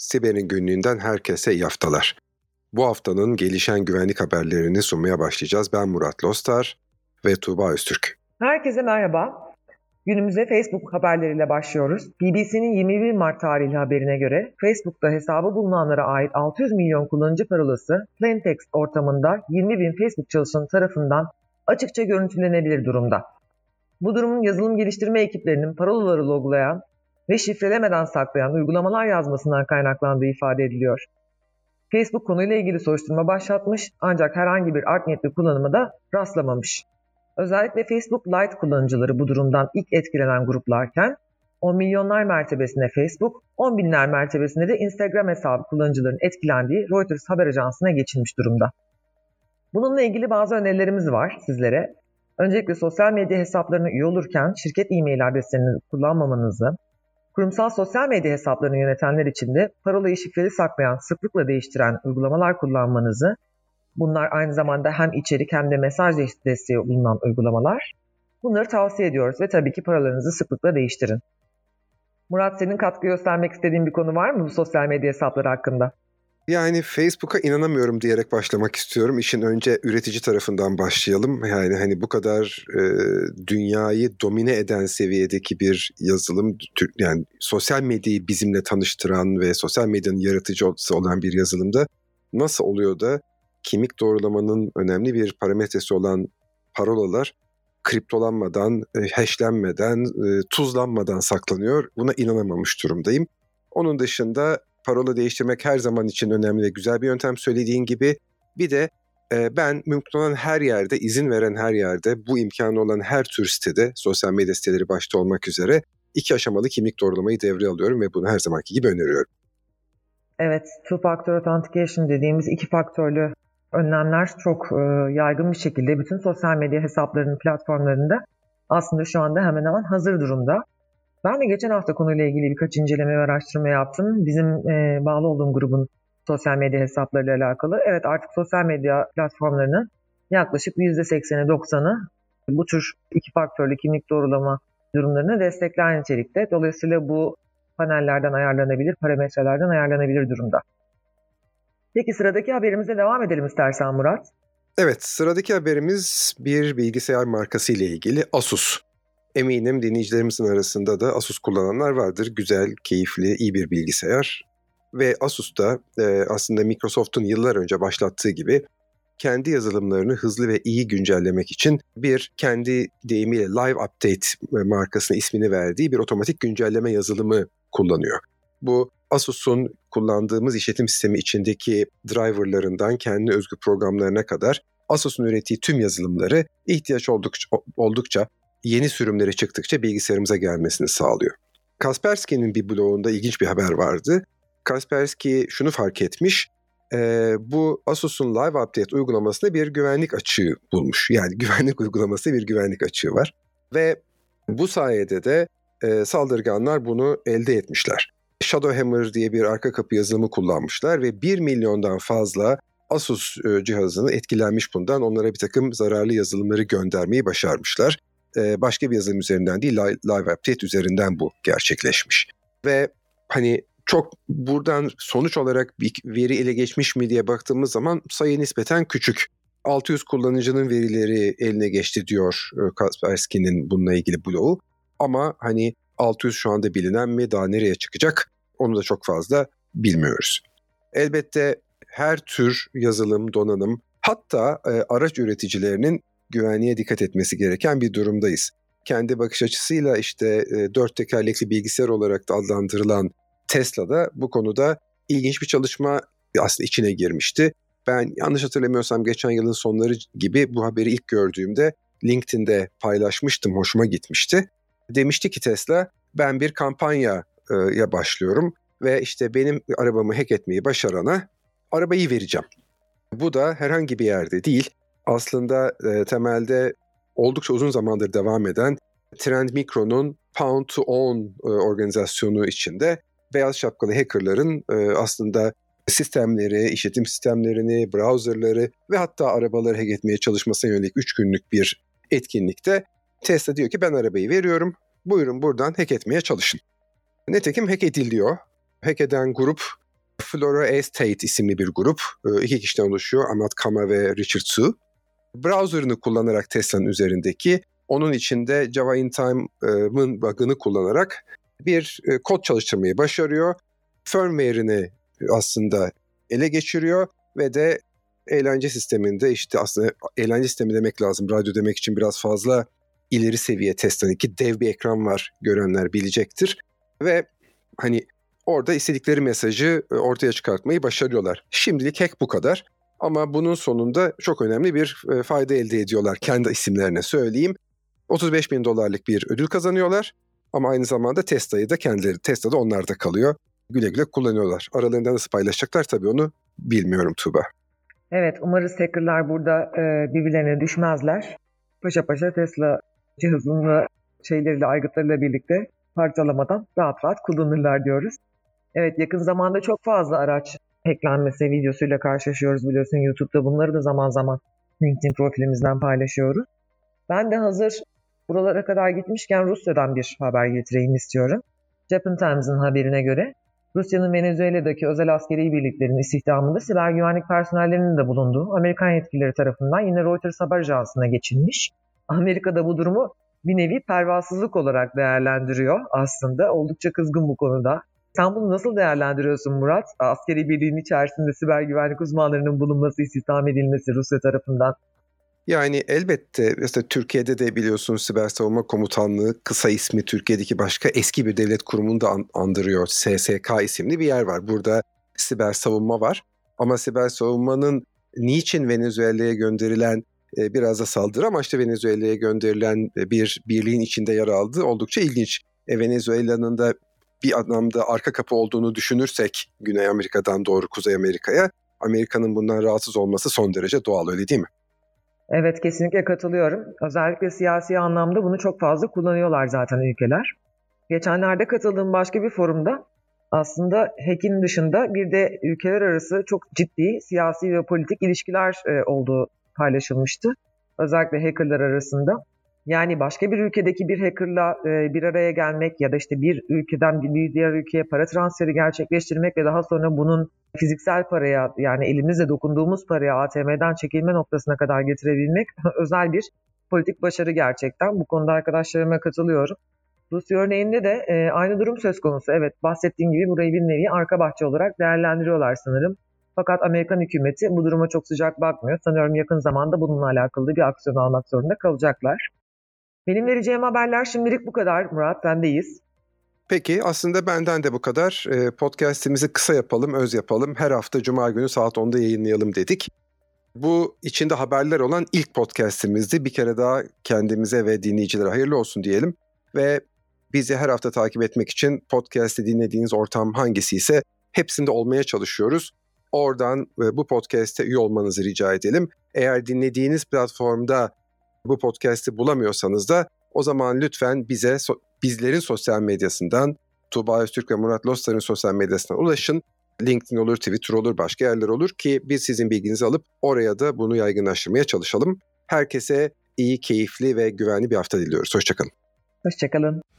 Siber'in günlüğünden herkese iyi haftalar. Bu haftanın gelişen güvenlik haberlerini sunmaya başlayacağız. Ben Murat Lostar ve Tuğba Öztürk. Herkese merhaba. Günümüze Facebook haberleriyle başlıyoruz. BBC'nin 21 Mart tarihli haberine göre Facebook'ta hesabı bulunanlara ait 600 milyon kullanıcı parolası plaintext ortamında 20 bin Facebook çalışanı tarafından açıkça görüntülenebilir durumda. Bu durumun yazılım geliştirme ekiplerinin parolaları loglayan ve şifrelemeden saklayan uygulamalar yazmasından kaynaklandığı ifade ediliyor. Facebook konuyla ilgili soruşturma başlatmış ancak herhangi bir art niyetli kullanıma da rastlamamış. Özellikle Facebook Lite kullanıcıları bu durumdan ilk etkilenen gruplarken 10 milyonlar mertebesine Facebook, 10 binler mertebesinde de Instagram hesabı kullanıcıların etkilendiği Reuters haber ajansına geçilmiş durumda. Bununla ilgili bazı önerilerimiz var sizlere. Öncelikle sosyal medya hesaplarına üye olurken şirket e-mail adreslerini kullanmamanızı, kurumsal sosyal medya hesaplarını yönetenler için de parolayı şifreli saklayan, sıklıkla değiştiren uygulamalar kullanmanızı, bunlar aynı zamanda hem içerik hem de mesaj desteği bulunan uygulamalar, bunları tavsiye ediyoruz ve tabii ki parolarınızı sıklıkla değiştirin. Murat, senin katkı göstermek istediğin bir konu var mı bu sosyal medya hesapları hakkında? Yani Facebook'a inanamıyorum diyerek başlamak istiyorum. İşin önce üretici tarafından başlayalım. Yani hani bu kadar dünyayı domine eden seviyedeki bir yazılım, yani sosyal medyayı bizimle tanıştıran ve sosyal medyanın yaratıcısı olan bir yazılımda nasıl oluyor da kimlik doğrulamanın önemli bir parametresi olan parolalar kriptolanmadan, hashlenmeden, tuzlanmadan saklanıyor. Buna inanamamış durumdayım. Onun dışında parola değiştirmek her zaman için önemli ve güzel bir yöntem söylediğin gibi. Bir de ben mümkün olan her yerde, izin veren her yerde, bu imkanı olan her tür sitede, sosyal medya siteleri başta olmak üzere 2 aşamalı kimlik doğrulamayı devreye alıyorum ve bunu her zamanki gibi öneriyorum. Evet, two-factor authentication dediğimiz 2 faktörlü önlemler çok yaygın bir şekilde bütün sosyal medya hesaplarının platformlarında aslında şu anda hemen hemen hazır durumda. Ben de geçen hafta konuyla ilgili birkaç inceleme ve araştırma yaptım. Bizim bağlı olduğum grubun sosyal medya hesaplarıyla alakalı. Evet, artık sosyal medya platformlarının yaklaşık %80'i 90'ı bu tür 2 faktörlü kimlik doğrulama durumlarını destekleyen nitelikte. Dolayısıyla bu panellerden ayarlanabilir, parametrelerden ayarlanabilir durumda. Peki sıradaki haberimize devam edelim istersen Murat. Evet, sıradaki haberimiz bir bilgisayar markası ile ilgili, Asus. Eminim dinleyicilerimizin arasında da Asus kullananlar vardır. Güzel, keyifli, iyi bir bilgisayar. Ve Asus da aslında Microsoft'un yıllar önce başlattığı gibi kendi yazılımlarını hızlı ve iyi güncellemek için bir kendi deyimiyle Live Update markasına ismini verdiği bir otomatik güncelleme yazılımı kullanıyor. Bu Asus'un kullandığımız işletim sistemi içindeki driverlarından kendi özgü programlarına kadar Asus'un ürettiği tüm yazılımları ihtiyaç oldukça yeni sürümleri çıktıkça bilgisayarımıza gelmesini sağlıyor. Kaspersky'nin bir blogunda ilginç bir haber vardı. Kaspersky şunu fark etmiş, bu Asus'un Live Update uygulamasında bir güvenlik açığı bulmuş. Yani güvenlik uygulaması bir güvenlik açığı var. Ve bu sayede de saldırganlar bunu elde etmişler. Shadowhammer diye bir arka kapı yazılımı kullanmışlar ve 1 milyondan fazla Asus cihazını etkilenmiş bundan. Onlara bir takım zararlı yazılımları göndermeyi başarmışlar. Başka bir yazılım üzerinden değil, Live Update üzerinden bu gerçekleşmiş. Ve hani çok buradan sonuç olarak bir veri ele geçmiş mi diye baktığımız zaman sayı nispeten küçük. 600 kullanıcının verileri eline geçti diyor Kaspersky'nin bununla ilgili blogu. Ama hani 600 şu anda bilinen mi, daha nereye çıkacak onu da çok fazla bilmiyoruz. Elbette her tür yazılım, donanım, hatta araç üreticilerinin güvenliğe dikkat etmesi gereken bir durumdayız. Kendi bakış açısıyla işte 4 tekerlekli bilgisayar olarak da adlandırılan Tesla'da bu konuda ilginç bir çalışma aslında içine girmişti. Ben yanlış hatırlamıyorsam geçen yılın sonları gibi bu haberi ilk gördüğümde LinkedIn'de paylaşmıştım, hoşuma gitmişti. Demişti ki Tesla, ben bir kampanyaya başlıyorum ve işte benim arabamı hack etmeyi başarana arabayı vereceğim. Bu da herhangi bir yerde değil, aslında temelde oldukça uzun zamandır devam eden Trend Micro'nun Pound to Own organizasyonu içinde beyaz şapkalı hackerların aslında sistemleri, işletim sistemlerini, browserları ve hatta arabaları hack etmeye çalışmasına yönelik 3 günlük bir etkinlikte Tesla diyor ki ben arabayı veriyorum, buyurun buradan hack etmeye çalışın. Nitekim hack ediliyor. Hack eden grup Flora Estate isimli bir grup. 2 kişiden oluşuyor. Ahmet Kama ve Richard Su. Browser'ını kullanarak Tesla'nın üzerindeki, onun içinde Java in Time'ın bug'ını kullanarak bir kod çalıştırmayı başarıyor. Firmware'ini aslında ele geçiriyor ve de eğlence sisteminde, işte aslında eğlence sistemi demek lazım, radyo demek için biraz fazla ileri seviye Tesla'nınki, dev bir ekran var, görenler bilecektir. Ve hani orada istedikleri mesajı ortaya çıkartmayı başarıyorlar. Şimdilik hack bu kadar. Ama bunun sonunda çok önemli bir fayda elde ediyorlar. Kendi isimlerine söyleyeyim. $35.000 bir ödül kazanıyorlar. Ama aynı zamanda Tesla'yı da kendileri, Tesla'da onlar da kalıyor. Güle güle kullanıyorlar. Aralarında nasıl paylaşacaklar tabii onu bilmiyorum Tuğba. Evet, umarız hackerlar burada birbirlerine düşmezler. Paşa paşa Tesla cihazını şeyleriyle, aygıtlarıyla birlikte parçalamadan rahat rahat kullanırlar diyoruz. Evet, yakın zamanda çok fazla araç hacklenmesi videosuyla karşılaşıyoruz biliyorsun YouTube'da. Bunları da zaman zaman LinkedIn profilimizden paylaşıyoruz. Ben de hazır buralara kadar gitmişken Rusya'dan bir haber getireyim istiyorum. Japan Times'ın haberine göre Rusya'nın Venezuela'daki özel askeri birliklerin istihdamında siber güvenlik personellerinin de bulunduğu Amerikan yetkilileri tarafından yine Reuters haber ajansına geçilmiş. Amerika'da bu durumu bir nevi pervasızlık olarak değerlendiriyor aslında. Oldukça kızgın bu konuda. Sen bunu nasıl değerlendiriyorsun Murat? Askeri birliğin içerisinde siber güvenlik uzmanlarının bulunması, istihdam edilmesi Rusya tarafından. Yani elbette mesela Türkiye'de de biliyorsun Siber Savunma Komutanlığı, kısa ismi Türkiye'deki başka eski bir devlet kurumunu da andırıyor. SSK isimli bir yer var. Burada siber savunma var. Ama siber savunmanın niçin Venezuela'ya gönderilen, biraz da saldırı amaçlı Venezuela'ya gönderilen bir birliğin içinde yer aldığı oldukça ilginç. Venezuela'nın da bir anlamda arka kapı olduğunu düşünürsek Güney Amerika'dan doğru Kuzey Amerika'ya, Amerika'nın bundan rahatsız olması son derece doğal, öyle değil mi? Evet, kesinlikle katılıyorum. Özellikle siyasi anlamda bunu çok fazla kullanıyorlar zaten ülkeler. Geçenlerde katıldığım başka bir forumda aslında hack'in dışında bir de ülkeler arası çok ciddi siyasi ve politik ilişkiler olduğu paylaşılmıştı. Özellikle hackerlar arasında. Yani başka bir ülkedeki bir hackerla bir araya gelmek ya da işte bir ülkeden bir diğer ülkeye para transferi gerçekleştirmek ve daha sonra bunun fiziksel paraya, yani elimizle dokunduğumuz paraya ATM'den çekilme noktasına kadar getirebilmek özel bir politik başarı gerçekten. Bu konuda arkadaşlarıma katılıyorum. Rusya örneğinde de aynı durum söz konusu. Evet, bahsettiğim gibi burayı bir nevi arka bahçe olarak değerlendiriyorlar sanırım. Fakat Amerikan hükümeti bu duruma çok sıcak bakmıyor. Sanıyorum yakın zamanda bununla alakalı bir aksiyon almak zorunda kalacaklar. Benim vereceğim haberler şimdilik bu kadar Murat, sendeyiz. Peki, aslında benden de bu kadar. Podcast'imizi kısa yapalım, öz yapalım. Her hafta Cuma günü saat 10'da yayınlayalım dedik. Bu içinde haberler olan ilk podcast'imizdi. Bir kere daha kendimize ve dinleyicilere hayırlı olsun diyelim. Ve bizi her hafta takip etmek için podcast'i dinlediğiniz ortam hangisi ise hepsinde olmaya çalışıyoruz. Oradan bu podcast'e üye olmanızı rica edelim. Eğer dinlediğiniz platformda bu podcast'i bulamıyorsanız da o zaman lütfen bize bizlerin sosyal medyasından, Tuğba Öztürk ve Murat Lostar'ın sosyal medyasına ulaşın. LinkedIn olur, Twitter olur, başka yerler olur ki biz sizin bilginizi alıp oraya da bunu yaygınlaştırmaya çalışalım. Herkese iyi, keyifli ve güvenli bir hafta diliyoruz. Hoşçakalın. Hoşçakalın.